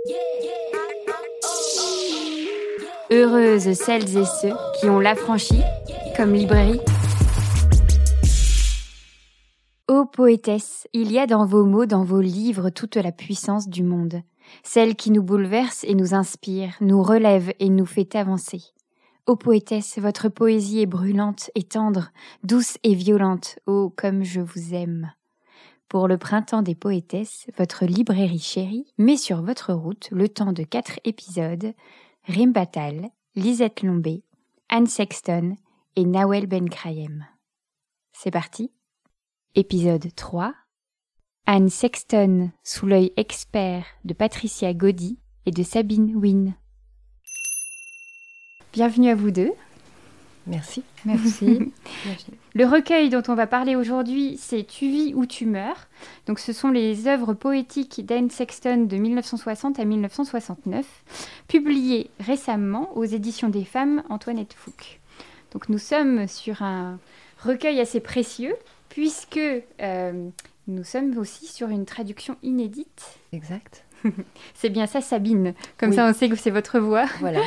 Heureuses celles et ceux qui ont l'affranchi comme librairie. Ô poétesse, il y a dans vos mots, dans vos livres, toute la puissance du monde. Celle qui nous bouleverse et nous inspire, nous relève et nous fait avancer. Ô poétesse, votre poésie est brûlante et tendre, douce et violente. Oh, comme je vous aime. Pour le printemps des poétesses, votre librairie chérie met sur votre route le temps de 4 épisodes, Rim Batal, Lisette Lombé, Anne Sexton et Nawel Benkrayem. C'est parti. Épisode 3. Anne Sexton sous l'œil expert de Patricia Gaudy et de Sabine Wynne. Bienvenue à vous deux. Merci. Merci. Le recueil dont on va parler aujourd'hui, c'est Tu vis ou tu meurs. Donc, ce sont les œuvres poétiques d'Anne Sexton de 1960 à 1969, publiées récemment aux éditions des femmes Antoinette Fouque. Donc, nous sommes sur un recueil assez précieux, puisque nous sommes aussi sur une traduction inédite. Exact. C'est bien ça, Sabine. Comme oui. Ça, on sait que c'est votre voix. Voilà.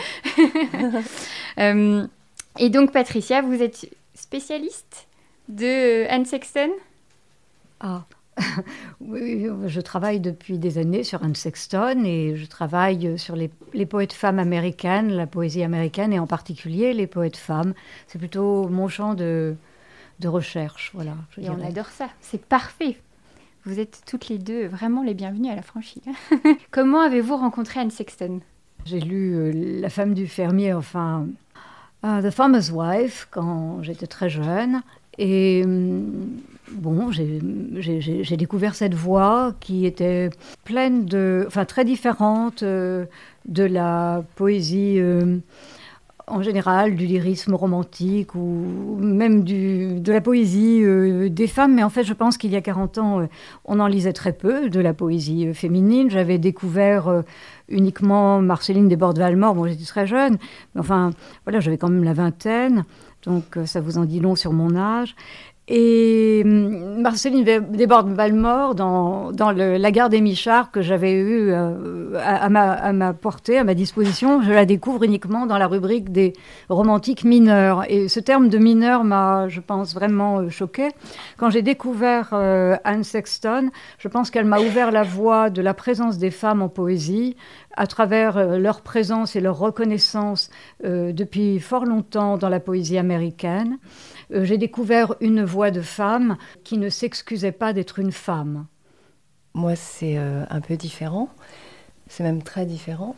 Et donc, Patricia, vous êtes spécialiste de Anne Sexton ? Ah, oui, je travaille depuis des années sur Anne Sexton et je travaille sur les poètes femmes américaines, la poésie américaine et en particulier les poètes femmes. C'est plutôt mon champ de recherche, voilà. Et on adore ça, c'est parfait. Vous êtes toutes les deux vraiment les bienvenues à l'affranchi. Comment avez-vous rencontré Anne Sexton ? J'ai lu La femme du fermier, enfin... The Farmer's Wife, quand j'étais très jeune. Et bon, j'ai découvert cette voix qui était pleine de... Enfin, très différente de la poésie en général, du lyrisme romantique ou même de la poésie des femmes. Mais en fait, je pense qu'il y a 40 ans, on en lisait très peu de la poésie féminine. J'avais découvert... uniquement Marceline Desbordes-Valmore. Bon, j'étais très jeune, mais enfin, voilà, j'avais quand même la vingtaine, donc ça vous en dit long sur mon âge. Et Marceline Desbordes-Valmore, dans La gare des Michards, que j'avais eu à ma portée, à ma disposition, je la découvre uniquement dans la rubrique des romantiques mineurs. Et ce terme de mineur m'a, je pense, vraiment choquée. Quand j'ai découvert Anne Sexton, je pense qu'elle m'a ouvert la voie de la présence des femmes en poésie, à travers leur présence et leur reconnaissance depuis fort longtemps dans la poésie américaine. J'ai découvert une voix de femme qui ne s'excusait pas d'être une femme. Moi, c'est un peu différent. C'est même très différent.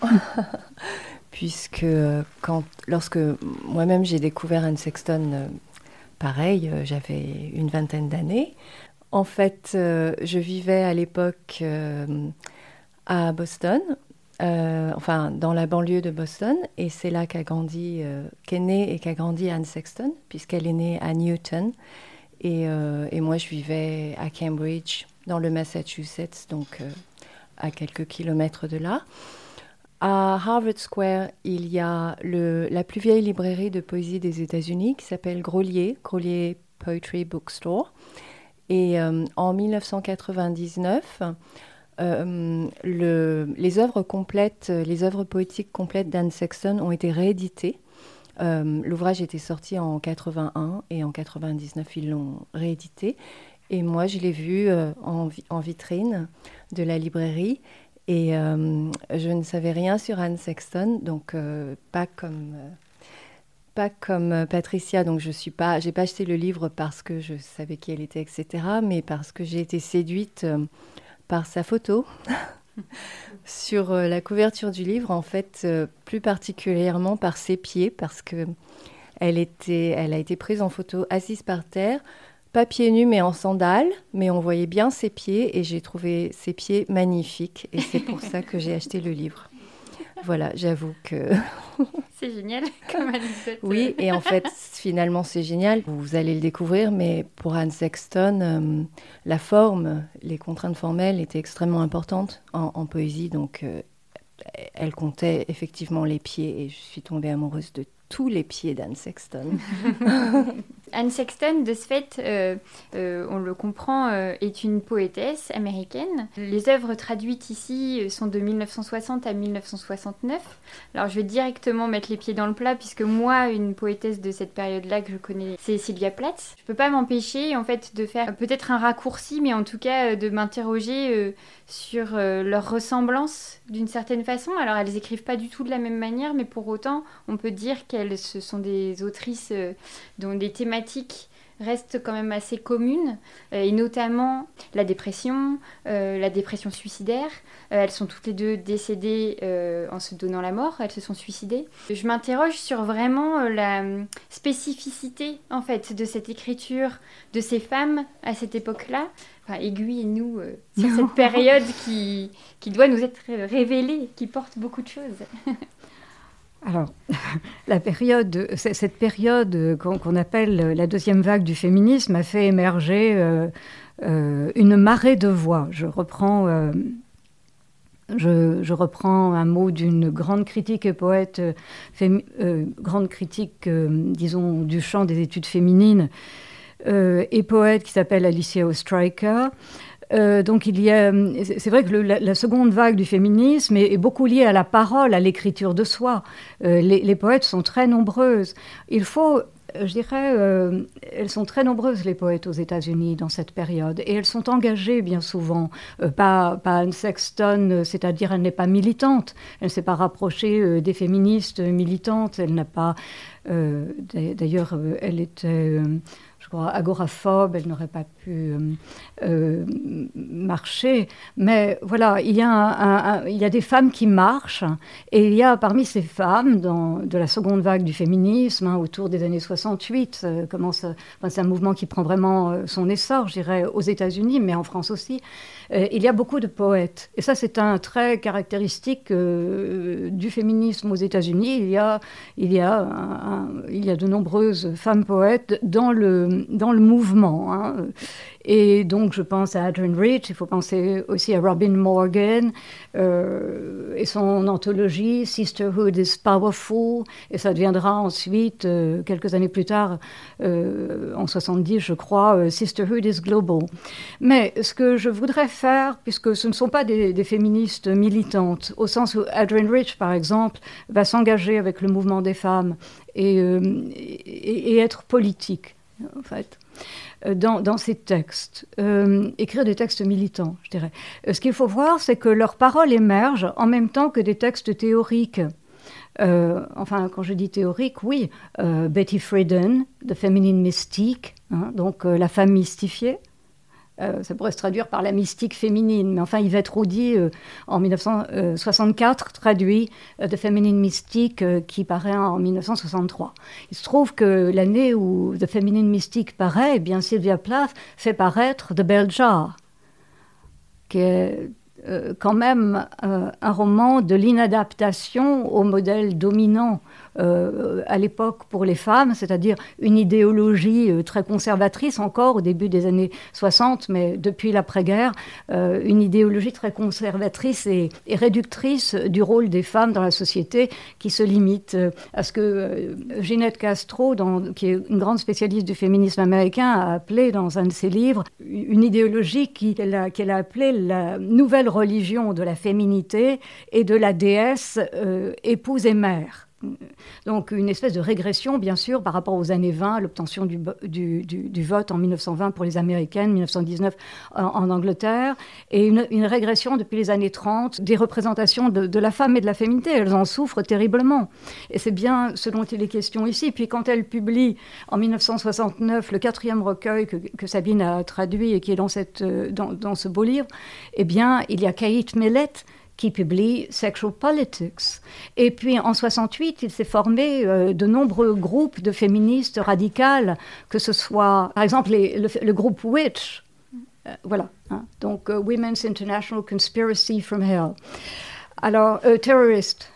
Puisque lorsque moi-même j'ai découvert Anne Sexton, pareil, j'avais une vingtaine d'années. En fait, je vivais à l'époque à Boston, dans la banlieue de Boston, et c'est là qu'est née et qu'a grandi Anne Sexton, puisqu'elle est née à Newton, et moi je vivais à Cambridge, dans le Massachusetts, donc à quelques kilomètres de là. À Harvard Square, il y a la plus vieille librairie de poésie des États-Unis qui s'appelle Grolier Poetry Bookstore, et en 1999, les œuvres poétiques complètes d'Anne Sexton ont été rééditées. L'ouvrage était sorti en 81 et en 99 ils l'ont réédité. Et moi je l'ai vu en vitrine de la librairie et je ne savais rien sur Anne Sexton, donc pas comme Patricia, donc j'ai pas acheté le livre parce que je savais qui elle était, etc., mais parce que j'ai été séduite par sa photo sur la couverture du livre, en fait, plus particulièrement par ses pieds, parce que elle a été prise en photo assise par terre, pas pieds nus mais en sandales, mais on voyait bien ses pieds et j'ai trouvé ses pieds magnifiques et c'est pour ça que j'ai acheté le livre. Voilà, j'avoue que... C'est génial comme anecdote. Oui, et en fait, finalement, c'est génial. Vous allez le découvrir, mais pour Anne Sexton, la forme, les contraintes formelles étaient extrêmement importantes en poésie. Donc, elle comptait effectivement les pieds et je suis tombée amoureuse de tous les pieds d'Anne Sexton. Anne Sexton, de ce fait, on le comprend, est une poétesse américaine. Les œuvres traduites ici sont de 1960 à 1969. Alors je vais directement mettre les pieds dans le plat, puisque moi, une poétesse de cette période-là que je connais, c'est Sylvia Plath. Je peux pas m'empêcher, en fait, de faire peut-être un raccourci, mais en tout cas de m'interroger sur leur ressemblance d'une certaine façon. Alors elles écrivent pas du tout de la même manière, mais pour autant, on peut dire qu'elles ce sont des autrices dont les thématiques restent quand même assez communes, et notamment la dépression suicidaire. Elles sont toutes les deux décédées en se donnant la mort, elles se sont suicidées. Je m'interroge sur vraiment la spécificité en fait de cette écriture de ces femmes à cette époque-là. Enfin, aiguille-nous sur cette période qui doit nous être révélée, qui porte beaucoup de choses. Alors, cette période qu'on appelle la deuxième vague du féminisme a fait émerger une marée de voix. Je reprends un mot d'une grande critique et poète, grande critique, disons, du champ des études féminines et poète qui s'appelle Alicia Ostriker. Donc c'est vrai que la seconde vague du féminisme est beaucoup liée à la parole, à l'écriture de soi. Les poètes sont très nombreuses. Elles sont très nombreuses, les poètes aux États-Unis dans cette période, et elles sont engagées bien souvent. Pas Anne Sexton, c'est-à-dire elle n'est pas militante, elle ne s'est pas rapprochée des féministes militantes, elle n'a pas... d'ailleurs, elle était... je crois, agoraphobe, elle n'aurait pas pu marcher. Mais voilà, il y a des femmes qui marchent, et il y a parmi ces femmes, de la seconde vague du féminisme, autour des années 68, c'est un mouvement qui prend vraiment son essor, je dirais, aux États-Unis, mais en France aussi. Il y a beaucoup de poètes. Et ça, c'est un trait caractéristique du féminisme aux États-Unis. Il y a de nombreuses femmes poètes dans le mouvement. Hein. Et donc, je pense à Adrienne Rich, il faut penser aussi à Robin Morgan et son anthologie « Sisterhood is Powerful ». Et ça deviendra ensuite, quelques années plus tard, en 70, je crois, « Sisterhood is Global ». Mais ce que je voudrais faire, puisque ce ne sont pas des féministes militantes, au sens où Adrienne Rich, par exemple, va s'engager avec le mouvement des femmes et être politique, en fait, dans ces textes, écrire des textes militants, je dirais. Ce qu'il faut voir, c'est que leurs paroles émergent en même temps que des textes théoriques. Enfin, quand je dis théorique, oui, Betty Friedan, The Feminine Mystique, donc la femme mystifiée. Ça pourrait se traduire par la mystique féminine, mais enfin Yvette Roudy, en 1964, traduit The Feminine Mystique, qui paraît en 1963. Il se trouve que l'année où The Feminine Mystique paraît, eh bien Sylvia Plath fait paraître The Bell Jar, qui est quand même un roman de l'inadaptation au modèle dominant à l'époque pour les femmes, c'est-à-dire une idéologie très conservatrice encore au début des années 60, mais depuis l'après-guerre, une idéologie très conservatrice et réductrice du rôle des femmes dans la société, qui se limite à ce que Ginette Castro, qui est une grande spécialiste du féminisme américain, a appelé dans un de ses livres une idéologie qu'elle a appelée la nouvelle religion de la féminité et de la déesse épouse et mère. Donc une espèce de régression, bien sûr, par rapport aux années 20, l'obtention du vote en 1920 pour les Américaines, 1919 en Angleterre, et une régression depuis les années 30 des représentations de la femme et de la féminité. Elles en souffrent terriblement. Et c'est bien ce dont il est question ici. Puis quand elle publie en 1969 le 4e recueil que Sabine a traduit et qui est dans ce beau livre, eh bien, il y a Kate Millett qui publie Sexual Politics. Et puis en 68, il s'est formé de nombreux groupes de féministes radicales, que ce soit, par exemple, le groupe Witch, voilà, donc Women's International Conspiracy from Hell. Alors, Terrorist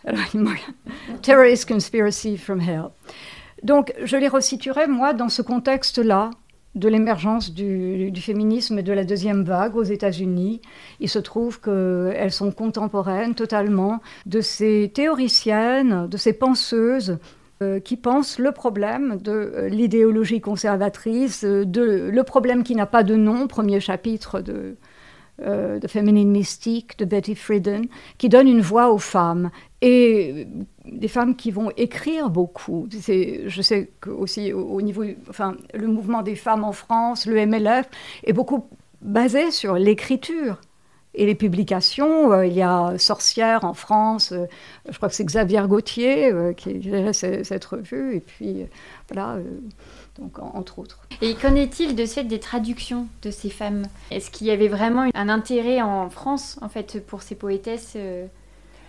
Conspiracy from Hell. Donc, je les resituerai, moi, dans ce contexte-là, de l'émergence du féminisme et de la deuxième vague aux États-Unis. Il se trouve qu'elles sont contemporaines totalement de ces théoriciennes, de ces penseuses qui pense le problème de l'idéologie conservatrice, le problème qui n'a pas de nom, premier chapitre de Féminine mystique de Betty Friedan, qui donne une voix aux femmes. Et des femmes qui vont écrire beaucoup. Je sais qu'aussi au niveau, le mouvement des femmes en France, le MLF, est beaucoup basé sur l'écriture. Et les publications, il y a Sorcière en France, je crois que c'est Xavier Gauthier qui gérait cette revue, et puis voilà, donc entre autres. Et qu'en est-il de des traductions de ces femmes ? Est-ce qu'il y avait vraiment un intérêt en France, en fait, pour ces poétesses américaines ?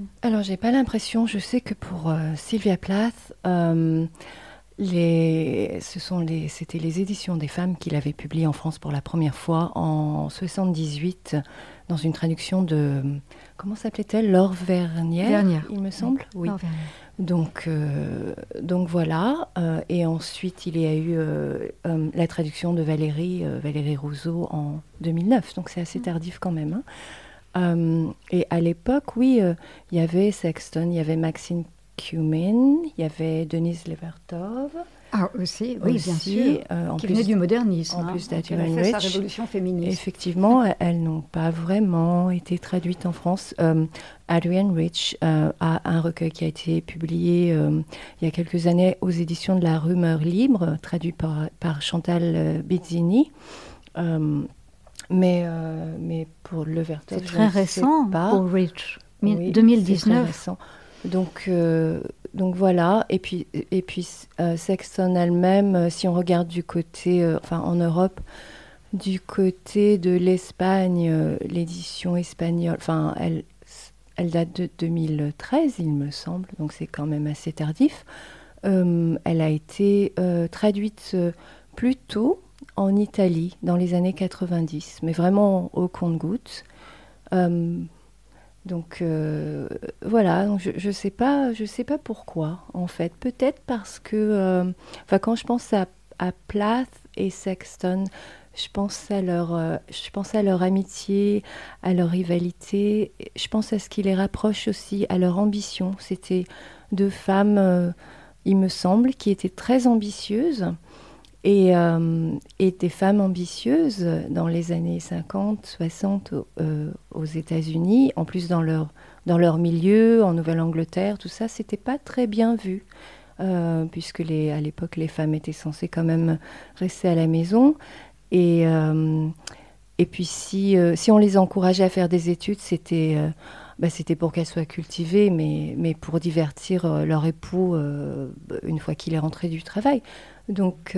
Alors, j'ai pas l'impression, je sais que pour Sylvia Plath, c'était les éditions des femmes qu'il avait publiées en France pour la première fois en 78 dans une traduction de, comment s'appelait-elle, Laure Vernière, il me semble. Oui. Donc voilà. Et ensuite, il y a eu la traduction de Valérie Rousseau en 2009. Donc c'est assez tardif quand même. Et à l'époque, oui, il y avait Sexton, il y avait Maxine Cumin, il y avait Denise Levertov. Ah, aussi, oui, bien sûr. Qui venait du modernisme. En plus d'Adrienne Rich. Sa révolution féministe. Effectivement, elles n'ont pas vraiment été traduites en France. Adrienne Rich a un recueil qui a été publié il y a quelques années aux éditions de la Rumeur Libre, traduit par Chantal Bizzini. Mais pour Levertov, c'est très récent pour Rich, oui, 2019. C'est très récent. Donc voilà, et puis Sexton elle-même, si on regarde du côté, en Europe, du côté de l'Espagne, l'édition espagnole, elle date de 2013, il me semble, donc c'est quand même assez tardif. Elle a été traduite plus tôt en Italie, dans les années 90, mais vraiment au compte-gouttes. Donc voilà, donc je sais pas pourquoi en fait. Peut-être parce que, quand je pense à Plath et Sexton, je pense à leur amitié, à leur rivalité. Je pense à ce qui les rapproche aussi, à leur ambition. C'était deux femmes, il me semble, qui étaient très ambitieuses. Et des femmes ambitieuses dans les années 50, 60 aux États-Unis, en plus dans leur milieu, en Nouvelle-Angleterre, tout ça, c'était pas très bien vu, puisque à l'époque, les femmes étaient censées quand même rester à la maison. Et puis si on les encourageait à faire des études, c'était pour qu'elles soient cultivées, mais pour divertir leur époux une fois qu'il est rentré du travail. Donc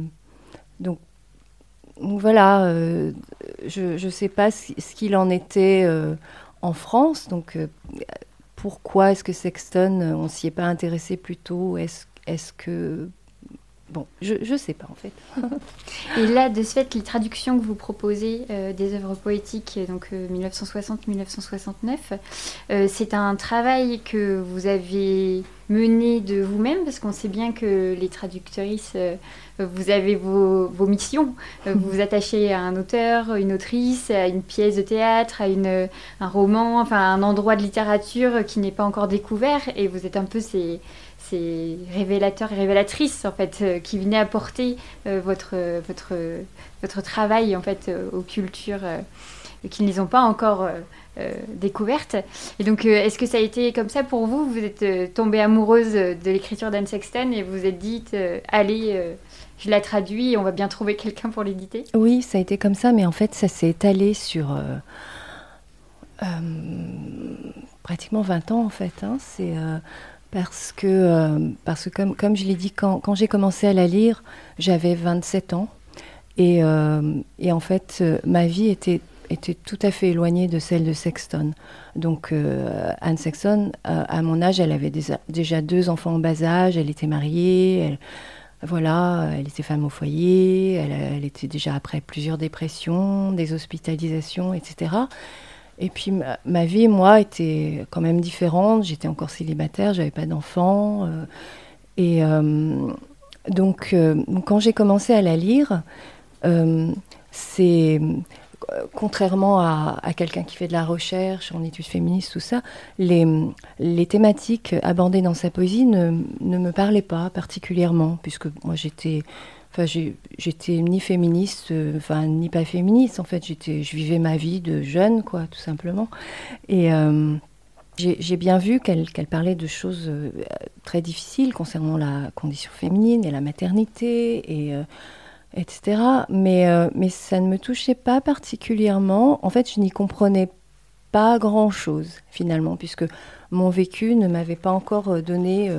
voilà, je ne sais pas ce qu'il en était en France. Donc pourquoi est-ce que Sexton, on s'y est pas intéressé plus tôt ? Est-ce que... Bon, je ne sais pas en fait. Et là, de ce fait, les traductions que vous proposez des œuvres poétiques, donc 1960-1969, c'est un travail que vous avez mené de vous-même, parce qu'on sait bien que les traductrices, vous avez vos missions. Vous vous attachez à un auteur, une autrice, à une pièce de théâtre, à un roman, à un endroit de littérature qui n'est pas encore découvert, et vous êtes un peu ces révélateurs et révélatrices en fait qui venaient apporter votre travail en fait aux cultures qui ne les ont pas encore découvertes. Et donc est-ce que ça a été comme ça pour vous ? Vous êtes tombée amoureuse de l'écriture d'Anne Sexton et vous vous êtes dit allez, je la traduis et on va bien trouver quelqu'un pour l'éditer ? Oui, ça a été comme ça, mais en fait ça s'est étalé sur pratiquement 20 ans en fait. C'est parce que comme je l'ai dit, quand j'ai commencé à la lire, j'avais 27 ans. Et en fait, ma vie était tout à fait éloignée de celle de Sexton. Donc, Anne Sexton, à mon âge, elle avait déjà 2 enfants en bas âge, elle était mariée, elle était femme au foyer, elle était déjà après plusieurs dépressions, des hospitalisations, etc. Et puis ma vie, moi, était quand même différente. J'étais encore célibataire, j'avais pas d'enfants. Donc, quand j'ai commencé à la lire, contrairement à quelqu'un qui fait de la recherche en études féministes, tout ça, les thématiques abordées dans sa poésie ne me parlaient pas particulièrement, puisque moi j'étais ni féministe, ni pas féministe. En fait, je vivais ma vie de jeune, quoi, tout simplement. Et j'ai bien vu qu'elle parlait de choses très difficiles concernant la condition féminine et la maternité, etc. Mais ça ne me touchait pas particulièrement. En fait, je n'y comprenais pas grand-chose, finalement, puisque mon vécu ne m'avait pas encore donné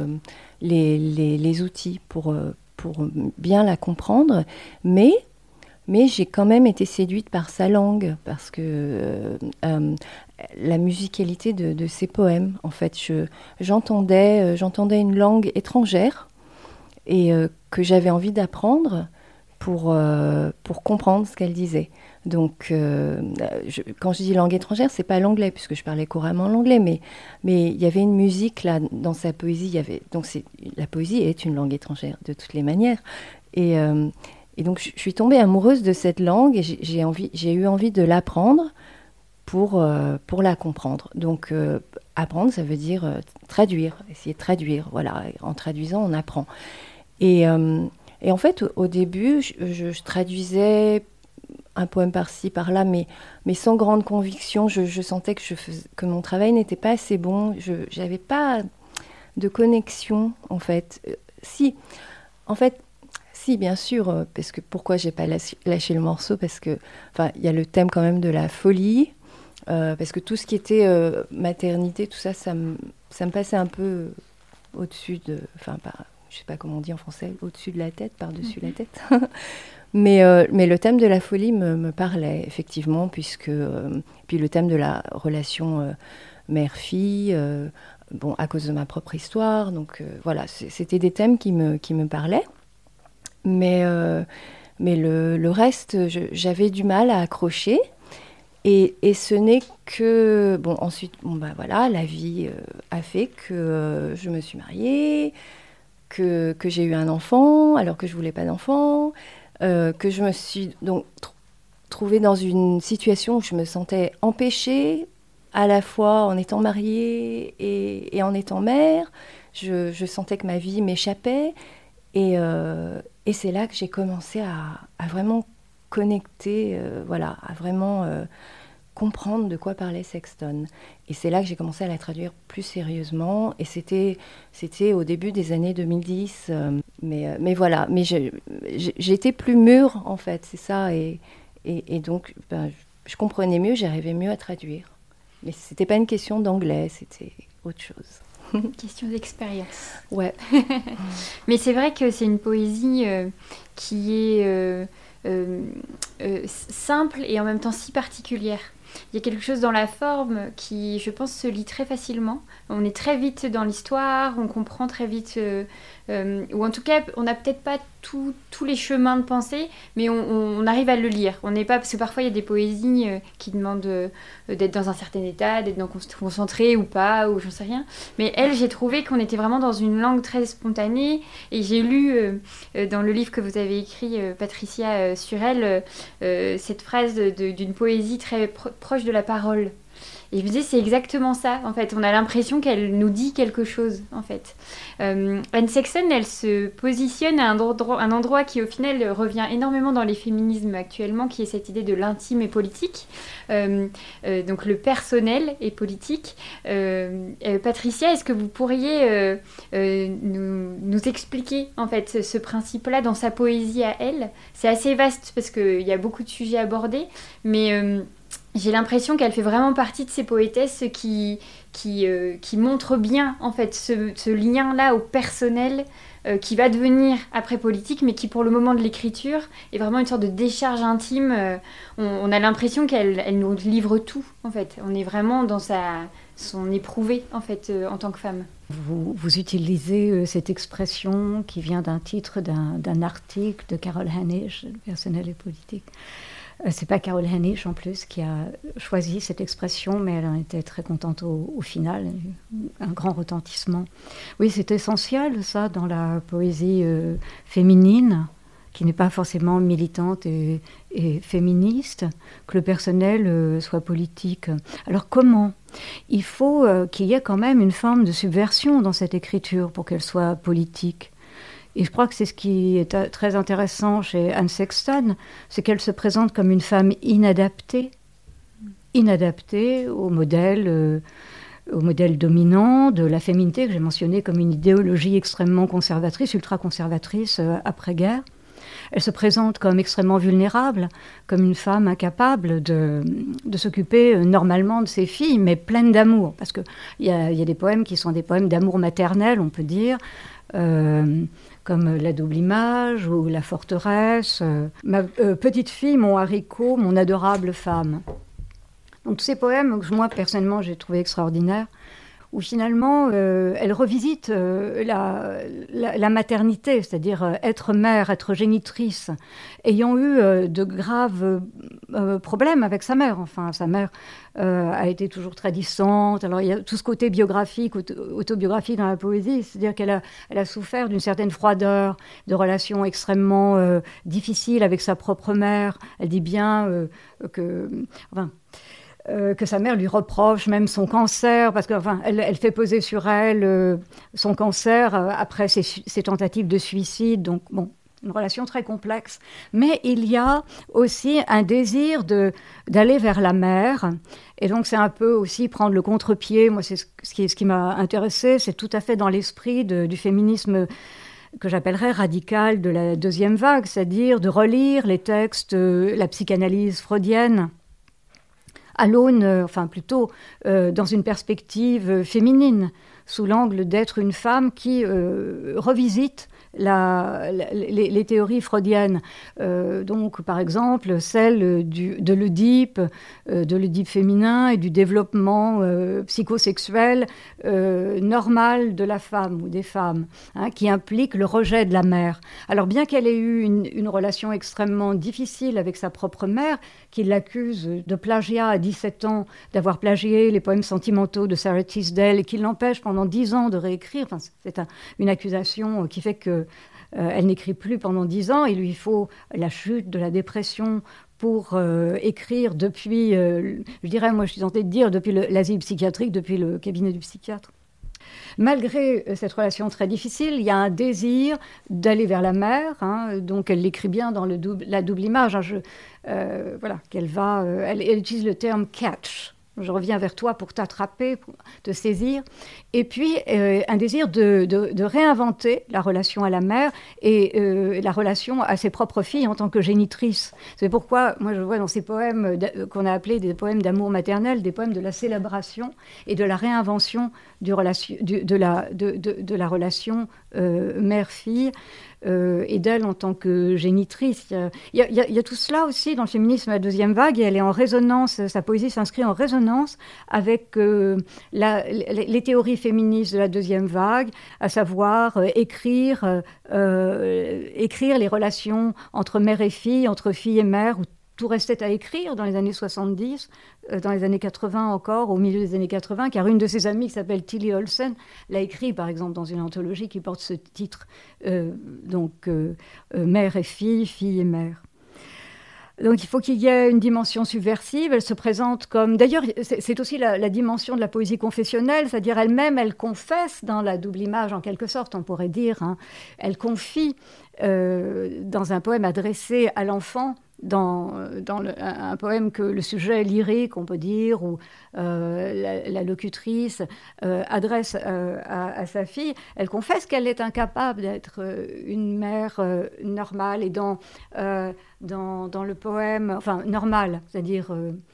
les outils pour bien la comprendre. Mais j'ai quand même été séduite par sa langue, parce que la musicalité de ses poèmes, en fait, j'entendais une langue étrangère et que j'avais envie d'apprendre pour comprendre ce qu'elle disait. Donc, quand je dis langue étrangère, c'est pas l'anglais, puisque je parlais couramment l'anglais, mais il y avait une musique là dans sa poésie. La poésie est une langue étrangère de toutes les manières, et donc je suis tombée amoureuse de cette langue et j'ai eu envie de l'apprendre pour la comprendre. Donc, apprendre, ça veut dire traduire, essayer de traduire. Voilà, en traduisant, on apprend. Et en fait, au début, je traduisais un poème par-ci, par-là, mais sans grande conviction. Je sentais que mon travail n'était pas assez bon. Je n'avais pas de connexion, en fait. Si, bien sûr, parce que pourquoi j'ai pas lâché le morceau ? Parce que, il y a le thème quand même de la folie, parce que tout ce qui était maternité, tout ça, ça me passait un peu au-dessus de... je sais pas comment on dit en français, au-dessus de la tête, par-dessus la tête. mais le thème de la folie me parlait, effectivement, puisque... puis le thème de la relation mère-fille, à cause de ma propre histoire. Donc voilà, c'était des thèmes qui me parlaient. Mais le reste, j'avais du mal à accrocher. Et ce n'est que... ensuite, la vie a fait que je me suis mariée, que j'ai eu un enfant alors que je voulais pas d'enfant, que je me suis donc trouvée dans une situation où je me sentais empêchée, à la fois en étant mariée et en étant mère. Je sentais que ma vie m'échappait, et c'est là que j'ai commencé à vraiment connecter, à vraiment comprendre de quoi parlait Sexton. Et c'est là que j'ai commencé à la traduire plus sérieusement. Et c'était au début des années 2010. Mais voilà, j'étais plus mûre, en fait, c'est ça. Et donc, je comprenais mieux, j'arrivais mieux à traduire. Mais c'était pas une question d'anglais, c'était autre chose. Question d'expérience. Ouais. Mais c'est vrai que c'est une poésie qui est simple et en même temps si particulière. Il y a quelque chose dans la forme qui, je pense, se lit très facilement. On est très vite dans l'histoire, on comprend très vite, ou en tout cas, on n'a peut-être pas tous les chemins de pensée, mais on arrive à le lire. On n'est pas, parce que parfois il y a des poésies qui demandent d'être dans un certain état, d'être concentré ou pas, ou j'en sais rien. Mais elle, j'ai trouvé qu'on était vraiment dans une langue très spontanée, et j'ai lu dans le livre que vous avez écrit, Patricia, sur elle, cette phrase d'une poésie très proche de la parole. Et je me disais, c'est exactement ça, en fait. On a l'impression qu'elle nous dit quelque chose, en fait. Anne Sexton, elle se positionne à un endroit qui, au final, revient énormément dans les féminismes actuellement, qui est cette idée de l'intime et politique. Donc, le personnel et politique. Patricia, est-ce que vous pourriez nous expliquer, en fait, ce principe-là dans sa poésie à elle ? C'est assez vaste, parce qu'il y a beaucoup de sujets abordés, mais... j'ai l'impression qu'elle fait vraiment partie de ces poétesses qui montrent bien, en fait, ce lien-là au personnel qui va devenir après politique, mais qui, pour le moment de l'écriture, est vraiment une sorte de décharge intime. On a l'impression qu'elle nous livre tout, en fait. On est vraiment dans son éprouvé, en fait, en tant que femme. Vous utilisez cette expression qui vient d'un titre d'un article de Carol Hanisch, Personnel et politique. C'est pas Carol Hanisch en plus qui a choisi cette expression, mais elle en était très contente au final, un grand retentissement. Oui, c'est essentiel ça dans la poésie féminine, qui n'est pas forcément militante et féministe, que le personnel soit politique. Alors comment ? Il faut qu'il y ait quand même une forme de subversion dans cette écriture pour qu'elle soit politique. Et je crois que c'est ce qui est très intéressant chez Anne Sexton, c'est qu'elle se présente comme une femme inadaptée au modèle dominant de la féminité que j'ai mentionné comme une idéologie extrêmement conservatrice, ultra-conservatrice après-guerre. Elle se présente comme extrêmement vulnérable, comme une femme incapable de s'occuper normalement de ses filles, mais pleine d'amour. Parce qu'il y a des poèmes qui sont des poèmes d'amour maternel, on peut dire, comme La double image ou La forteresse, Ma petite fille, mon haricot, mon adorable femme. Donc tous ces poèmes que moi, personnellement, j'ai trouvé extraordinaires, où finalement, elle revisite la maternité, c'est-à-dire être mère, être génitrice, ayant eu de graves problèmes avec sa mère. Enfin, sa mère a été toujours très distante. Alors, il y a tout ce côté biographique, autobiographique dans la poésie, c'est-à-dire qu'elle a souffert d'une certaine froideur, de relations extrêmement difficiles avec sa propre mère. Elle dit bien que sa mère lui reproche même son cancer, parce qu'elle fait peser sur elle son cancer après ses tentatives de suicide. Donc, bon, une relation très complexe. Mais il y a aussi un désir d'aller vers la mer. Et donc, c'est un peu aussi prendre le contre-pied. Moi, c'est ce qui m'a intéressée. C'est tout à fait dans l'esprit du féminisme que j'appellerais radical de la deuxième vague, c'est-à-dire de relire les textes, la psychanalyse freudienne, à l'aune, plutôt dans une perspective féminine, sous l'angle d'être une femme qui revisite les théories freudiennes. Donc, par exemple, celle de l'Oedipe féminin et du développement psychosexuel normal de la femme ou des femmes, qui implique le rejet de la mère. Alors, bien qu'elle ait eu une relation extrêmement difficile avec sa propre mère, qui l'accuse de plagiat à 17 ans, d'avoir plagié les poèmes sentimentaux de Sarah Teasdale, et qui l'empêche pendant 10 ans de réécrire. C'est une accusation qui fait que elle n'écrit plus pendant 10 ans. Il lui faut la chute de la dépression pour écrire depuis, je dirais, moi je suis tentée de dire, depuis l'asile psychiatrique, depuis le cabinet du psychiatre. Malgré cette relation très difficile, il y a un désir d'aller vers la mer, donc elle l'écrit bien dans la double image, elle utilise le terme « catch ». Je reviens vers toi pour t'attraper, pour te saisir. Et puis, un désir de réinventer la relation à la mère et la relation à ses propres filles en tant que génitrice. C'est pourquoi, moi, je vois dans ces poèmes qu'on a appelés des poèmes d'amour maternel, des poèmes de la célébration et de la réinvention de la relation mère-fille. Et d'elle en tant que génitrice. Il y a tout cela aussi dans le féminisme de la deuxième vague, et elle est en résonance, sa poésie s'inscrit en résonance avec les théories féministes de la deuxième vague, à savoir écrire les relations entre mère et fille, entre fille et mère, où tout restait à écrire dans les années 70, dans les années 80 encore, au milieu des années 80, car une de ses amies qui s'appelle Tilly Olsen l'a écrit, par exemple, dans une anthologie qui porte ce titre, Mère et fille, fille et mère. Donc il faut qu'il y ait une dimension subversive. Elle se présente comme... D'ailleurs, c'est aussi la dimension de la poésie confessionnelle, c'est-à-dire elle-même, elle confesse dans la double image, en quelque sorte, on pourrait dire. Elle confie dans un poème adressé à l'enfant, dans un poème que le sujet lyrique, on peut dire, ou la locutrice adresse à sa fille, elle confesse qu'elle est incapable d'être une mère normale. Et dans le poème, normale, c'est-à-dire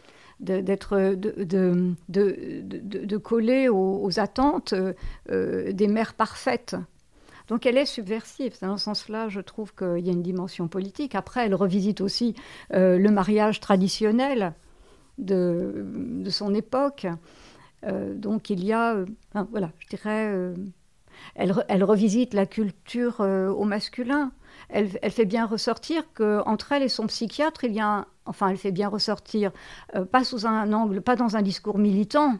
de coller aux attentes des mères parfaites. Donc elle est subversive. Dans ce sens-là, je trouve qu'il y a une dimension politique. Après, elle revisite aussi le mariage traditionnel de son époque. Donc il y a, je dirais, elle revisite la culture au masculin. Elle fait bien ressortir qu'entre elle et son psychiatre, elle fait bien ressortir, pas sous un angle, pas dans un discours militant,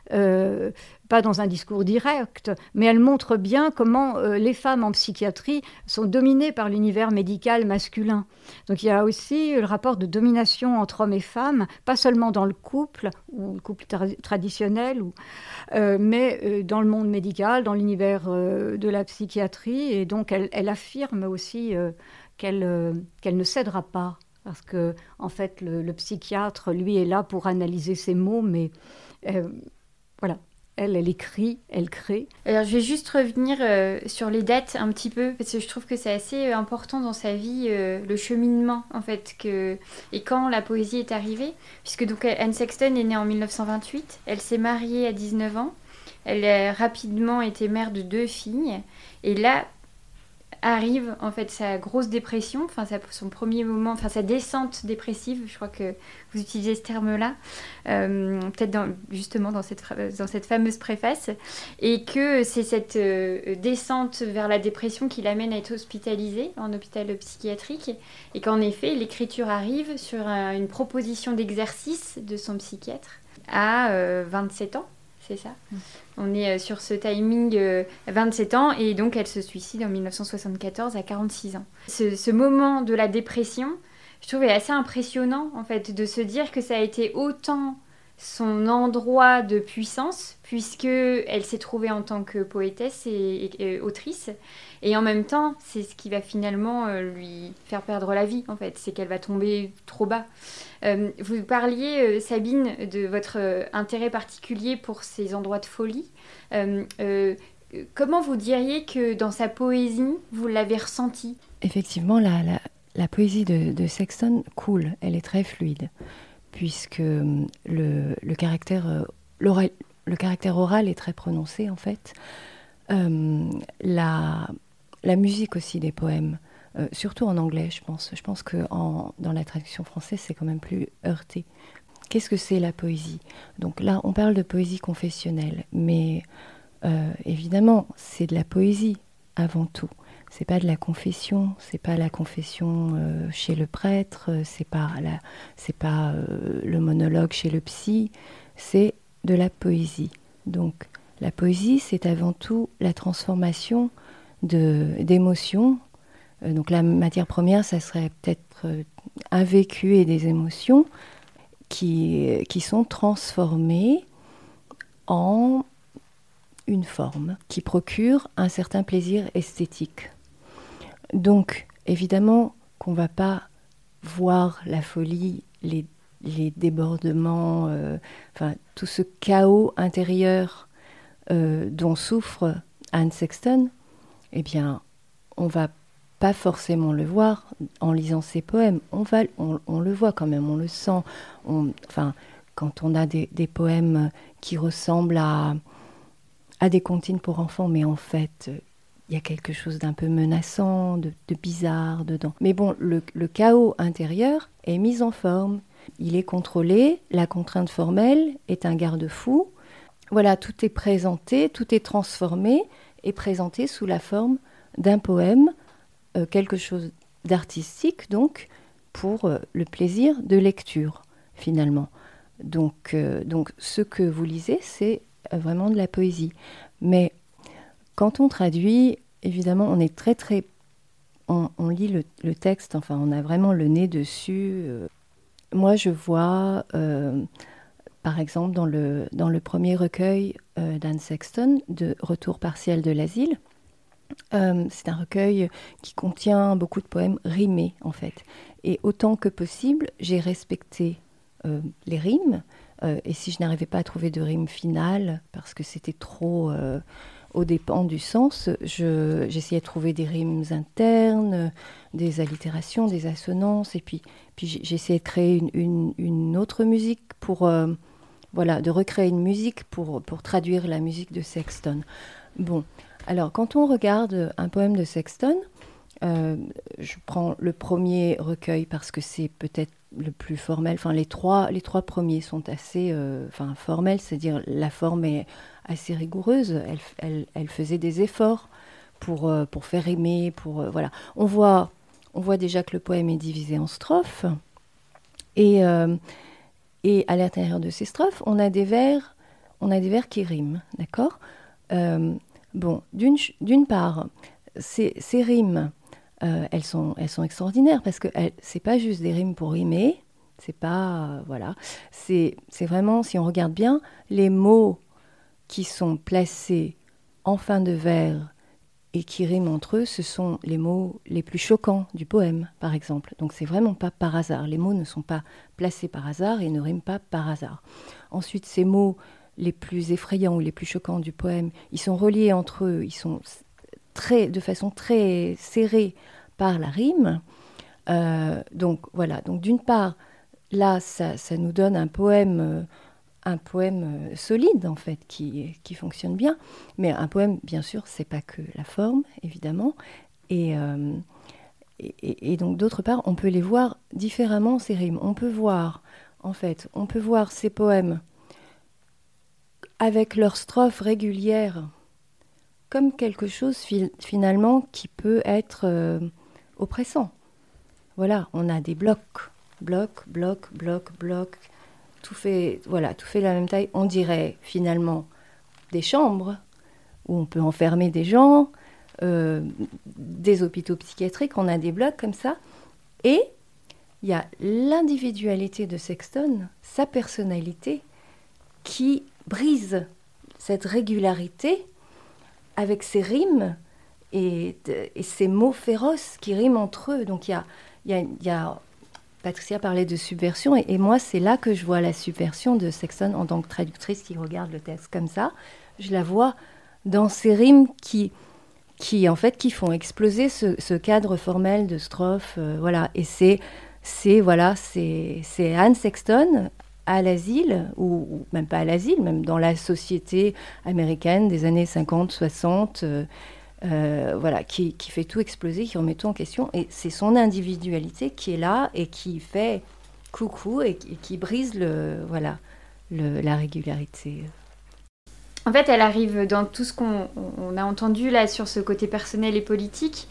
pas dans un discours direct, mais elle montre bien comment les femmes en psychiatrie sont dominées par l'univers médical masculin. Donc il y a aussi le rapport de domination entre hommes et femmes, pas seulement dans le couple, ou le couple traditionnel, mais dans le monde médical, dans l'univers de la psychiatrie, et donc elle affirme aussi qu'elle ne cédera pas. Parce que, en fait, le psychiatre, lui, est là pour analyser ses mots, mais voilà. Elle écrit, elle crée. Alors, je vais juste revenir sur les dates un petit peu, parce que je trouve que c'est assez important dans sa vie, le cheminement, en fait, et quand la poésie est arrivée. Puisque donc, Anne Sexton est née en 1928, elle s'est mariée à 19 ans, elle a rapidement été mère de 2 filles, et là, arrive en fait sa grosse dépression, son premier moment, sa descente dépressive, je crois que vous utilisez ce terme-là, peut-être justement dans cette fameuse préface, et que c'est cette descente vers la dépression qui l'amène à être hospitalisée en hôpital psychiatrique, et qu'en effet l'écriture arrive sur une proposition d'exercice de son psychiatre à 27 ans. C'est ça. On est sur ce timing 27 ans et donc elle se suicide en 1974 à 46 ans. Ce moment de la dépression, je trouve est assez impressionnant en fait de se dire que ça a été autant son endroit de puissance puisque elle s'est trouvée en tant que poétesse et autrice et en même temps c'est ce qui va finalement lui faire perdre la vie en fait, c'est qu'elle va tomber trop bas. Vous parliez, Sabine, de votre intérêt particulier pour ces endroits de folie. Comment vous diriez que dans sa poésie, vous l'avez ressenti ? Effectivement, la poésie de Sexton coule, elle est très fluide, puisque le caractère oral est très prononcé, en fait. La musique aussi des poèmes, surtout en anglais, je pense. Je pense que dans la traduction française, c'est quand même plus heurté. Qu'est-ce que c'est la poésie ? Donc là, on parle de poésie confessionnelle, mais évidemment, c'est de la poésie avant tout. C'est pas de la confession, c'est pas la confession chez le prêtre, c'est pas le monologue chez le psy, c'est de la poésie. Donc la poésie, c'est avant tout la transformation d'émotions. Donc la matière première, ça serait peut-être un vécu et des émotions qui sont transformées en une forme qui procure un certain plaisir esthétique. Donc, évidemment qu'on ne va pas voir la folie, les débordements, tout ce chaos intérieur dont souffre Anne Sexton, eh bien, on ne va pas forcément le voir en lisant ses poèmes. On le voit quand même, on le sent. Quand on a des poèmes qui ressemblent à des comptines pour enfants, mais en fait, il y a quelque chose d'un peu menaçant, de bizarre dedans. Mais bon, le chaos intérieur est mis en forme. Il est contrôlé, la contrainte formelle est un garde-fou. Voilà, tout est présenté, tout est transformé et présenté sous la forme d'un poème, quelque chose d'artistique, donc, pour le plaisir de lecture, finalement. Donc, ce que vous lisez, c'est vraiment de la poésie. Mais quand on traduit, évidemment, on est on lit le texte, enfin, on a vraiment le nez dessus. Moi, je vois, par exemple, dans le premier recueil d'Anne Sexton, de Retour partiel de l'asile, c'est un recueil qui contient beaucoup de poèmes rimés, en fait. Et autant que possible, j'ai respecté les rimes. Et si je n'arrivais pas à trouver de rime finale, parce que c'était trop aux dépens du sens, j'essayais de trouver des rimes internes, des allitérations, des assonances, et puis j'essayais de créer une autre musique de recréer une musique pour traduire la musique de Sexton. Bon, alors quand on regarde un poème de Sexton, je prends le premier recueil parce que c'est peut-être le plus formel. Enfin, les trois premiers sont assez formels, c'est-à-dire la forme est assez rigoureuse. Elle faisait des efforts pour faire aimer. Voilà. On voit déjà que le poème est divisé en strophes. Et à l'intérieur de ces strophes, on a des vers on a des vers qui riment, d'accord ? Bon, d'une part, ces rimes, elles sont extraordinaires parce que c'est pas juste des rimes pour rimer, c'est pas voilà, c'est vraiment, si on regarde bien, les mots qui sont placés en fin de vers et qui riment entre eux, ce sont les mots les plus choquants du poème, par exemple. Donc c'est vraiment pas par hasard. Les mots ne sont pas placés par hasard et ne riment pas par hasard. Ensuite, ces mots les plus effrayants ou les plus choquants du poème, ils sont reliés entre eux, ils sont de façon très serrée par la rime. Donc voilà. Donc d'une part, là, ça nous donne un poème solide, en fait, qui fonctionne bien. Mais un poème, bien sûr, c'est pas que la forme, évidemment. Et donc, d'autre part, on peut les voir différemment, ces rimes. On peut voir ces poèmes avec leurs strophes régulières comme quelque chose, finalement, qui peut être oppressant. Voilà, on a des blocs. Tout fait la même taille. On dirait finalement des chambres où on peut enfermer des gens, des hôpitaux psychiatriques. On a des blocs comme ça. Et il y a l'individualité de Sexton, sa personnalité, qui brise cette régularité avec ses rimes et ces mots féroces qui riment entre eux. Donc il y a Patricia parlait de subversion, et moi, c'est là que je vois la subversion de Sexton en tant que traductrice qui regarde le texte comme ça. Je la vois dans ces rimes qui font exploser ce cadre formel de strophes. Voilà. Et c'est Anne Sexton à l'asile, ou même pas à l'asile, même dans la société américaine des années 50, 60, qui fait tout exploser, qui remet tout en question. Et c'est son individualité qui est là et qui fait coucou et qui brise la régularité. En fait, elle arrive dans tout ce qu'on a entendu là sur ce côté personnel et politique.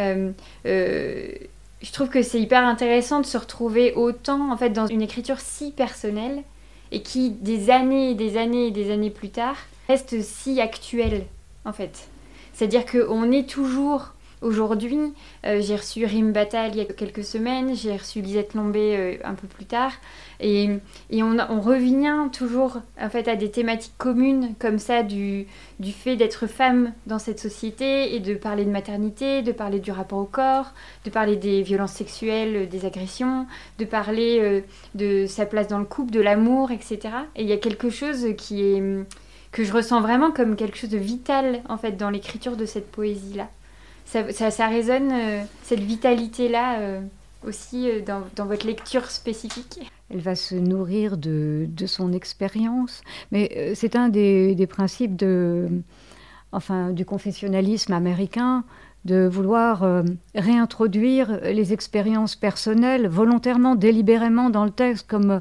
Je trouve que c'est hyper intéressant de se retrouver autant en fait dans une écriture si personnelle et qui, des années et des années et des années plus tard, reste si actuelle en fait. C'est-à-dire qu'on est toujours, aujourd'hui, j'ai reçu Rim Battal il y a quelques semaines, j'ai reçu Lisette Lombé un peu plus tard, et on revient toujours en fait, à des thématiques communes comme ça, du fait d'être femme dans cette société, et de parler de maternité, de parler du rapport au corps, de parler des violences sexuelles, des agressions, de parler de sa place dans le couple, de l'amour, etc. Et il y a quelque chose que je ressens vraiment comme quelque chose de vital en fait dans l'écriture de cette poésie-là. Ça résonne, cette vitalité-là aussi dans votre lecture spécifique. Elle va se nourrir de son expérience, mais c'est un des principes du confessionnalisme américain, de vouloir réintroduire les expériences personnelles volontairement, délibérément dans le texte, comme...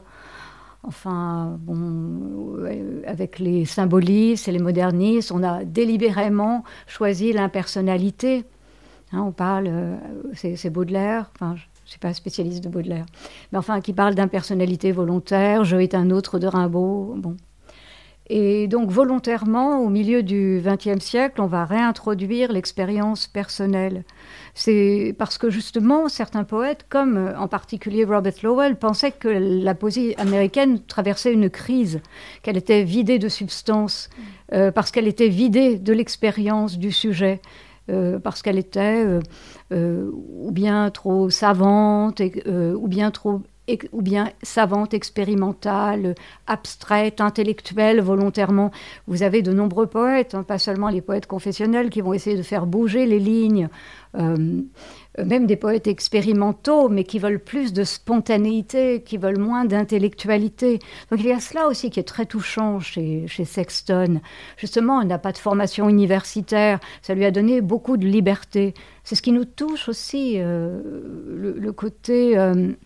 avec les symbolistes et les modernistes, on a délibérément choisi l'impersonnalité. On parle, c'est Baudelaire, je ne suis pas spécialiste de Baudelaire, mais qui parle d'impersonnalité volontaire, Je est un autre de Rimbaud. Bon. Et donc volontairement, au milieu du XXe siècle, on va réintroduire l'expérience personnelle. C'est parce que justement, certains poètes, comme en particulier Robert Lowell, pensaient que la poésie américaine traversait une crise, qu'elle était vidée de substance, parce qu'elle était vidée de l'expérience du sujet, parce qu'elle était ou bien trop savante, ou bien savante, expérimentale, abstraite, intellectuelle, volontairement. Vous avez de nombreux poètes, pas seulement les poètes confessionnels, qui vont essayer de faire bouger les lignes, même des poètes expérimentaux, mais qui veulent plus de spontanéité, qui veulent moins d'intellectualité. Donc il y a cela aussi qui est très touchant chez Sexton. Justement, elle n'a pas de formation universitaire, ça lui a donné beaucoup de liberté. C'est ce qui nous touche aussi, le côté...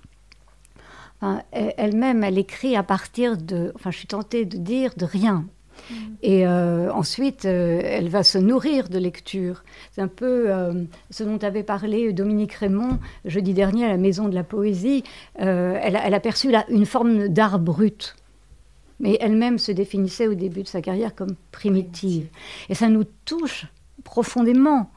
elle-même, elle écrit à partir de... je suis tentée de dire de rien. Et ensuite, elle va se nourrir de lecture. C'est un peu ce dont avait parlé Dominique Raymond jeudi dernier à la Maison de la Poésie. Elle a perçu une forme d'art brut. mais elle-même se définissait au début de sa carrière comme primitive. Et ça nous touche profondément.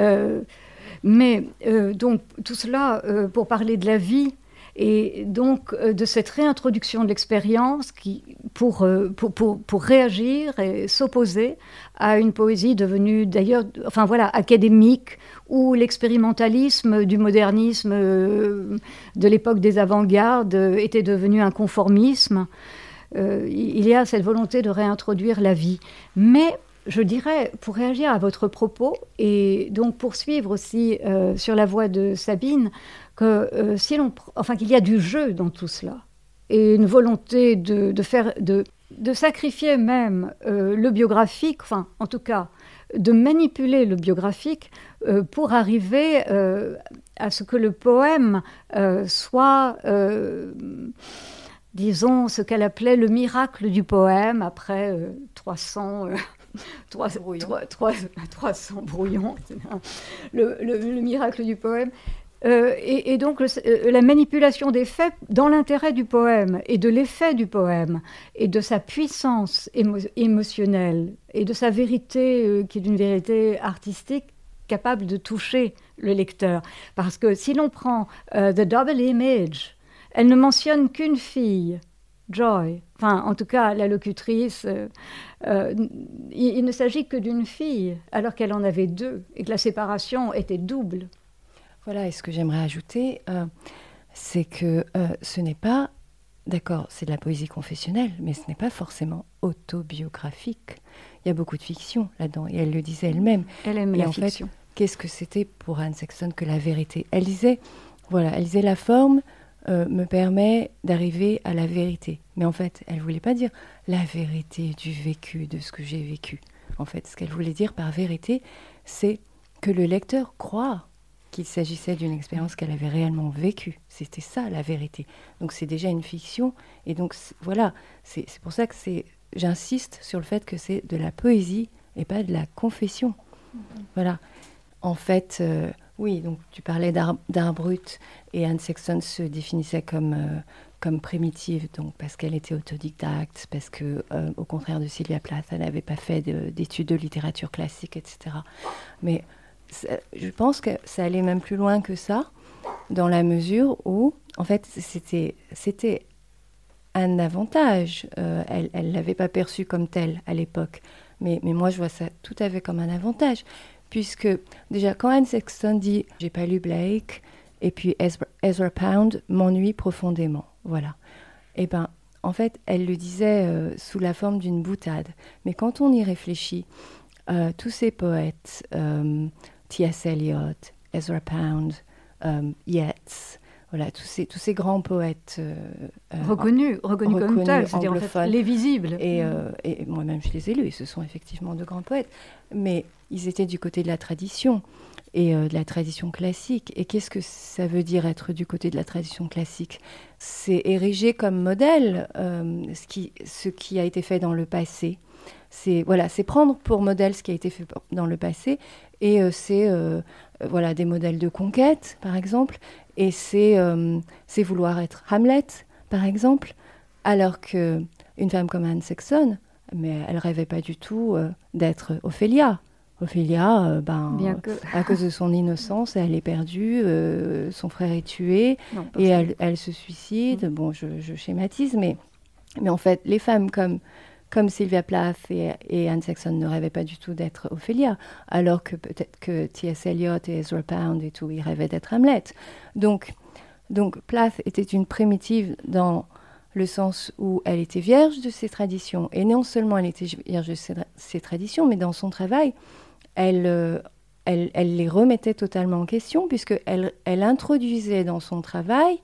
Donc, tout cela pour parler de la vie et donc de cette réintroduction de l'expérience pour réagir et s'opposer à une poésie devenue d'ailleurs, académique, où l'expérimentalisme du modernisme de l'époque des avant-gardes était devenu un conformisme. Il y a cette volonté de réintroduire la vie. Mais je dirais, pour réagir à votre propos, et donc poursuivre aussi sur la voix de Sabine, qu'il y a du jeu dans tout cela, et une volonté de sacrifier même le biographique, en tout cas, de manipuler le biographique pour arriver à ce que le poème soit... disons, ce qu'elle appelait le miracle du poème, après 300 brouillons, le miracle du poème. Et donc, la manipulation des faits dans l'intérêt du poème, et de l'effet du poème, et de sa puissance émotionnelle, et de sa vérité, qui est une vérité artistique, capable de toucher le lecteur. Parce que si l'on prend The Double Image, elle ne mentionne qu'une fille, Joy. En tout cas, la locutrice. Il ne s'agit que d'une fille, alors qu'elle en avait deux, et que la séparation était double. Voilà, et ce que j'aimerais ajouter, c'est que ce n'est pas... D'accord, c'est de la poésie confessionnelle, mais ce n'est pas forcément autobiographique. Il y a beaucoup de fiction là-dedans, et elle le disait elle-même. Elle aime la fiction. Fait, qu'est-ce que c'était pour Anne Sexton que la vérité ? Elle disait, la forme me permet d'arriver à la vérité. Mais en fait, elle ne voulait pas dire la vérité du vécu, de ce que j'ai vécu. En fait, ce qu'elle voulait dire par vérité, c'est que le lecteur croit qu'il s'agissait d'une expérience qu'elle avait réellement vécue. C'était ça, la vérité. Donc, c'est déjà une fiction. Et donc, c'est pour ça que j'insiste sur le fait que c'est de la poésie et pas de la confession. Voilà. En fait... oui, donc tu parlais d'art brut, et Anne Sexton se définissait comme primitive, donc parce qu'elle était autodidacte, parce que, au contraire de Sylvia Plath, elle n'avait pas fait d'études de littérature classique, etc. Mais je pense que ça allait même plus loin que ça, dans la mesure où, en fait, c'était un avantage. Elle ne l'avait pas perçu comme tel à l'époque, mais moi je vois ça tout à fait comme un avantage. Puisque, déjà, quand Anne Sexton dit « j'ai pas lu Blake » et puis Ezra Pound m'ennuie profondément, voilà. Eh bien, en fait, elle le disait sous la forme d'une boutade. Mais quand on y réfléchit, tous ces poètes, T.S. Eliot, Ezra Pound, Yeats, voilà, tous ces grands poètes reconnus comme tels, c'est-à-dire en fait, les visibles. Et moi-même, je les ai lus, et ce sont effectivement de grands poètes. Mais ils étaient du côté de la tradition, et de la tradition classique. Et qu'est-ce que ça veut dire être du côté de la tradition classique ? C'est ériger comme modèle ce qui a été fait dans le passé. C'est prendre pour modèle ce qui a été fait dans le passé, et c'est des modèles de conquête, par exemple, et c'est vouloir être Hamlet, par exemple, alors qu'une femme comme Anne Sexton, mais elle rêvait pas du tout d'être Ophélia. Ophélia, à cause de son innocence, elle est perdue, son frère est tué, et elle se suicide. Bon, je schématise, mais en fait, les femmes comme Sylvia Plath et Anne Sexton ne rêvaient pas du tout d'être Ophélia, alors que peut-être que T.S. Eliot et Ezra Pound et tout, ils rêvaient d'être Hamlet. Donc Plath était une primitive dans le sens où elle était vierge de ses traditions. Et non seulement elle était vierge de ses traditions, mais dans son travail, elle les remettait totalement en question, puisqu'elle introduisait dans son travail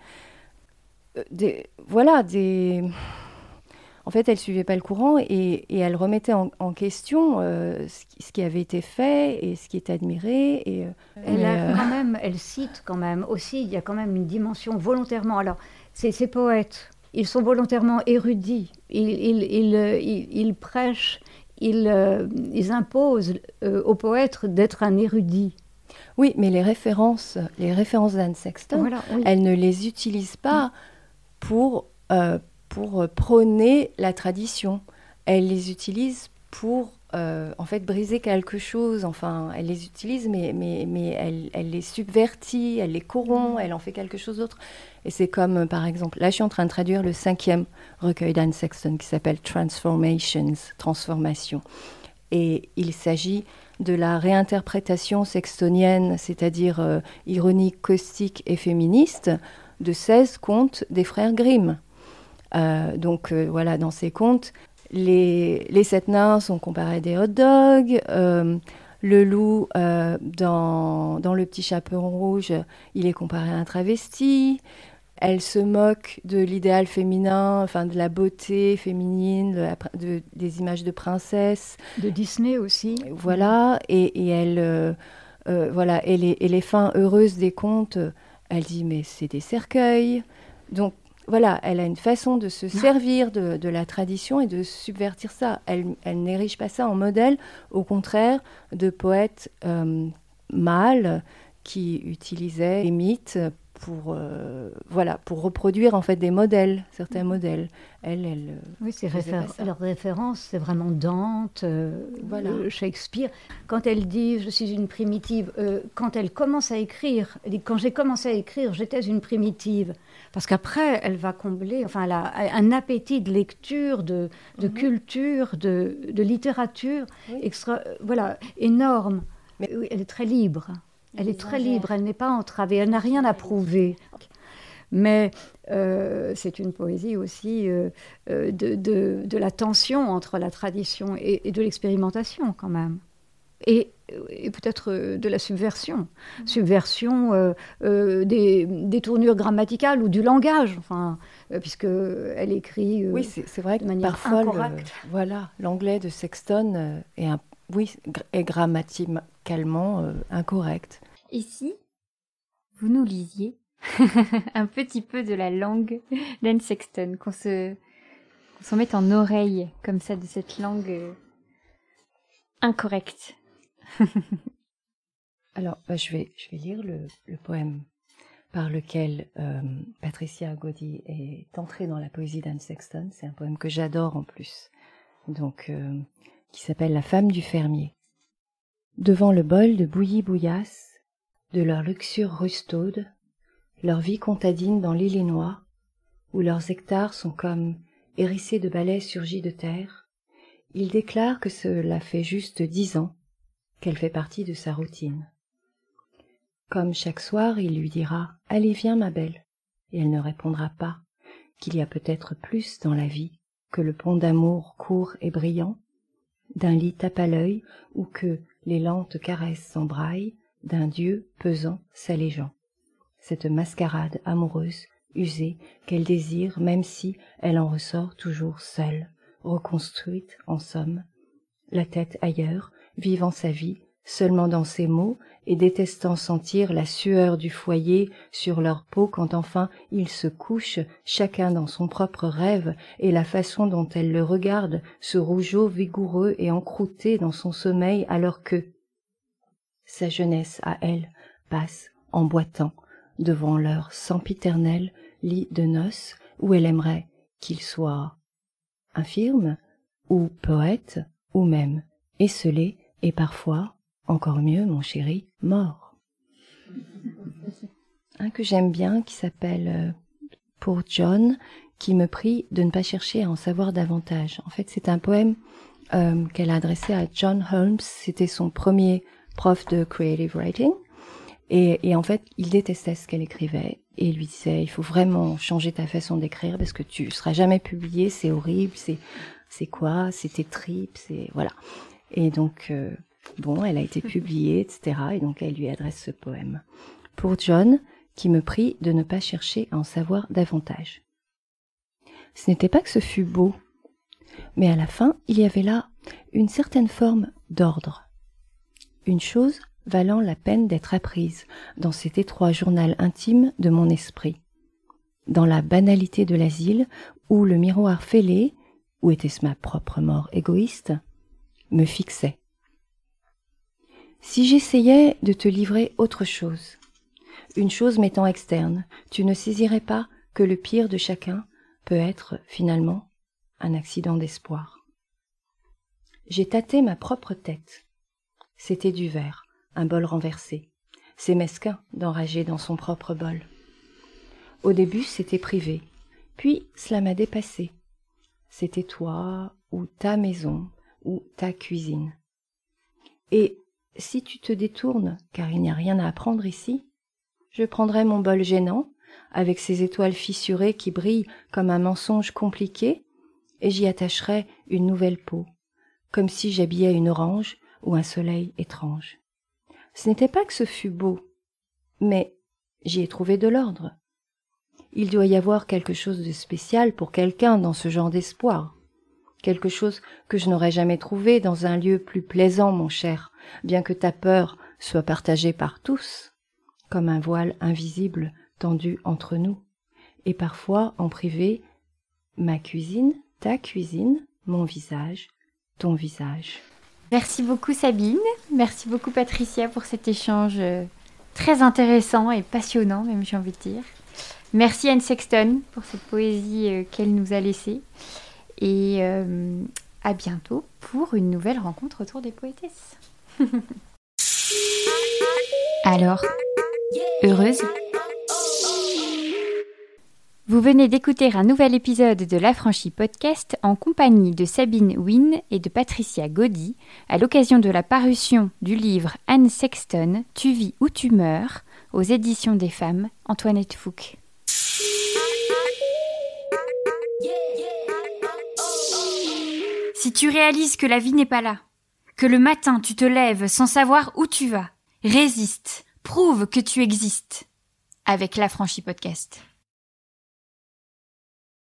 En fait, elle ne suivait pas le courant, et elle remettait en question ce qui avait été fait et ce qui était admiré. Elle cite quand même aussi, il y a quand même une dimension volontairement... Alors, ces poètes, ils sont volontairement érudits, ils prêchent, ils imposent aux poètes d'être un érudit. Oui, mais les références d'Anne Sexton, elle ne les utilise pas pour pour prôner la tradition. Elle les utilise pour en fait briser quelque chose. Enfin, elle les utilise, mais elle les subvertit, elle les corrompt, elle en fait quelque chose d'autre. Et c'est comme, par exemple, là je suis en train de traduire le 5e recueil d'Anne Sexton qui s'appelle Transformations, Transformation. Et il s'agit de la réinterprétation sextonienne, c'est-à-dire ironique, caustique et féministe, de 16 contes des frères Grimm. Voilà, dans ces contes, les 7 nains sont comparés à des hot-dogs. Le loup, dans Le Petit Chaperon Rouge, il est comparé à un travesti. Elle se moque de l'idéal féminin, enfin de la beauté féminine, des images de princesses. De Disney aussi. Voilà, et elle, voilà, et les fins heureuses des contes, elle dit mais c'est des cercueils. Donc voilà, elle a une façon de se servir de la tradition et de subvertir ça. Elle n'érige pas ça en modèle, au contraire de poètes mâles qui utilisaient les mythes pour reproduire en fait des modèles, certains modèles. Oui, leur référence, c'est vraiment Dante, Shakespeare. Quand elle dit « je suis une primitive », quand elle commence à écrire, elle dit « quand j'ai commencé à écrire, j'étais une primitive ». Parce qu'après, elle va combler, enfin, elle a un appétit de lecture, de culture, de littérature, énorme. Mais oui, elle est très libre. Elle est très libre, elle n'est pas entravée, elle n'a rien à prouver. Mais c'est une poésie aussi de la tension entre la tradition et de l'expérimentation quand même. Et peut-être de la subversion. Subversion des tournures grammaticales ou du langage, enfin, puisqu'elle écrit oui, c'est vrai que parfois l'anglais de Sexton est grammaticalement incorrect. Et si vous nous lisiez un petit peu de la langue d'Anne Sexton, qu'on s'en mette en oreille comme ça de cette langue incorrecte. Alors, je vais lire le poème par lequel Patricia Gaudy est entrée dans la poésie d'Anne Sexton. C'est un poème que j'adore en plus, donc qui s'appelle « La femme du fermier ». Devant le bol de bouillie-bouillasse, de leur luxure rustaude, leur vie contadine dans l'Illinois, où leurs hectares sont comme hérissés de balais surgis de terre, il déclare que cela fait juste 10 ans qu'elle fait partie de sa routine. Comme chaque soir, il lui dira « Allez, viens, ma belle », et elle ne répondra pas qu'il y a peut-être plus dans la vie que le pont d'amour court et brillant, d'un lit tape à l'œil ou que les lentes caresses s'embraillent d'un Dieu pesant s'allégeant. Cette mascarade amoureuse, usée, qu'elle désire même si elle en ressort toujours seule, reconstruite en somme, la tête ailleurs, vivant sa vie, seulement dans ses mots, et détestant sentir la sueur du foyer sur leur peau quand enfin ils se couchent, chacun dans son propre rêve, et la façon dont elle le regarde, ce rougeau vigoureux et encrouté dans son sommeil, alors que sa jeunesse à elle passe en boitant devant leur sempiternel lit de noces où elle aimerait qu'il soit infirme ou poète ou même esselé et parfois, encore mieux mon chéri, mort. Un que j'aime bien qui s'appelle Pour John, qui me prie de ne pas chercher à en savoir davantage. En fait, c'est un poème qu'elle a adressé à John Holmes. C'était son premier prof de creative writing. Et en fait, il détestait ce qu'elle écrivait. Et il lui disait, il faut vraiment changer ta façon d'écrire parce que tu seras jamais publié, c'est horrible, c'est quoi, c'est tes tripes, c'est... Voilà. Et donc, elle a été publiée, etc. Et donc, elle lui adresse ce poème. Pour John, qui me prie de ne pas chercher à en savoir davantage. Ce n'était pas que ce fût beau, mais à la fin, il y avait là une certaine forme d'ordre. Une chose valant la peine d'être apprise dans cet étroit journal intime de mon esprit. Dans la banalité de l'asile, où le miroir fêlé, ou était-ce ma propre mort égoïste, me fixait. Si j'essayais de te livrer autre chose, une chose m'étant externe, tu ne saisirais pas que le pire de chacun peut être finalement un accident d'espoir. J'ai tâté ma propre tête. C'était du verre, un bol renversé. C'est mesquin d'enrager dans son propre bol. Au début, c'était privé, puis cela m'a dépassé. C'était toi, ou ta maison, ou ta cuisine. Et si tu te détournes, car il n'y a rien à apprendre ici, je prendrai mon bol gênant, avec ses étoiles fissurées qui brillent comme un mensonge compliqué, et j'y attacherai une nouvelle peau, comme si j'habillais une orange ou un soleil étrange. Ce n'était pas que ce fût beau, mais j'y ai trouvé de l'ordre. Il doit y avoir quelque chose de spécial pour quelqu'un dans ce genre d'espoir. Quelque chose que je n'aurais jamais trouvé dans un lieu plus plaisant, mon cher, bien que ta peur soit partagée par tous, comme un voile invisible tendu entre nous. Et parfois, en privé, ma cuisine, ta cuisine, mon visage, ton visage. Merci beaucoup Sabine, merci beaucoup Patricia pour cet échange très intéressant et passionnant, même j'ai envie de dire. Merci Anne Sexton pour cette poésie qu'elle nous a laissée. Et à bientôt pour une nouvelle rencontre autour des poétesses. Alors, heureuse ? Vous venez d'écouter un nouvel épisode de l'Affranchi Podcast en compagnie de Sabine Wynne et de Patricia Gaudy à l'occasion de la parution du livre Anne Sexton, Tu vis ou tu meurs, aux éditions des femmes, Antoinette Fouque. Si tu réalises que la vie n'est pas là, que le matin tu te lèves sans savoir où tu vas, résiste, prouve que tu existes avec l'Affranchi Podcast.